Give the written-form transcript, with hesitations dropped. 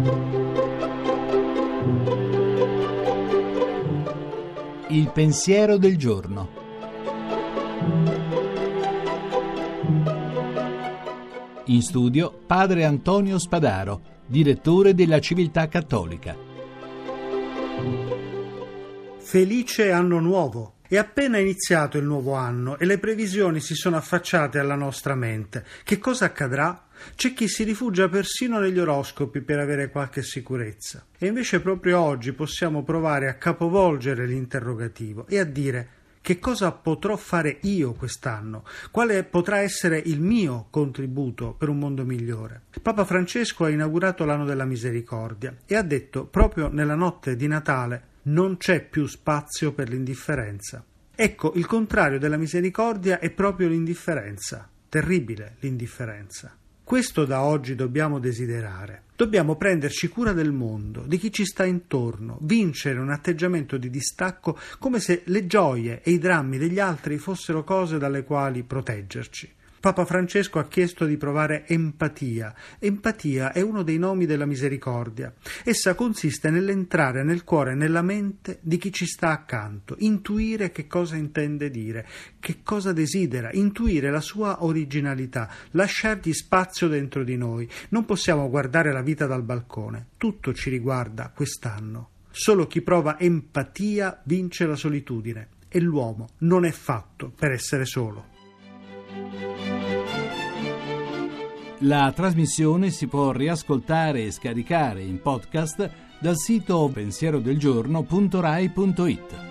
Il pensiero del giorno. In studio padre Antonio Spadaro, direttore della Civiltà Cattolica. Felice anno nuovo! È appena iniziato il nuovo anno e le previsioni si sono affacciate alla nostra mente. Che cosa accadrà? C'è chi si rifugia persino negli oroscopi per avere qualche sicurezza. E invece proprio oggi possiamo provare a capovolgere l'interrogativo e a dire: che cosa potrò fare io quest'anno? Quale potrà essere il mio contributo per un mondo migliore? Papa Francesco ha inaugurato l'anno della misericordia e ha detto proprio nella notte di Natale: non c'è più spazio per l'indifferenza. Ecco, il contrario della misericordia è proprio l'indifferenza. Terribile l'indifferenza. Questo da oggi dobbiamo desiderare. Dobbiamo prenderci cura del mondo, di chi ci sta intorno, vincere un atteggiamento di distacco come se le gioie e i drammi degli altri fossero cose dalle quali proteggerci. Papa Francesco ha chiesto di provare empatia. Empatia è uno dei nomi della misericordia. Essa consiste nell'entrare nel cuore e nella mente di chi ci sta accanto, intuire che cosa intende dire, che cosa desidera, intuire la sua originalità, lasciargli spazio dentro di noi. Non possiamo guardare la vita dal balcone. Tutto ci riguarda quest'anno. Solo chi prova empatia vince la solitudine e l'uomo non è fatto per essere solo. La trasmissione si può riascoltare e scaricare in podcast dal sito pensierodelgiorno.rai.it.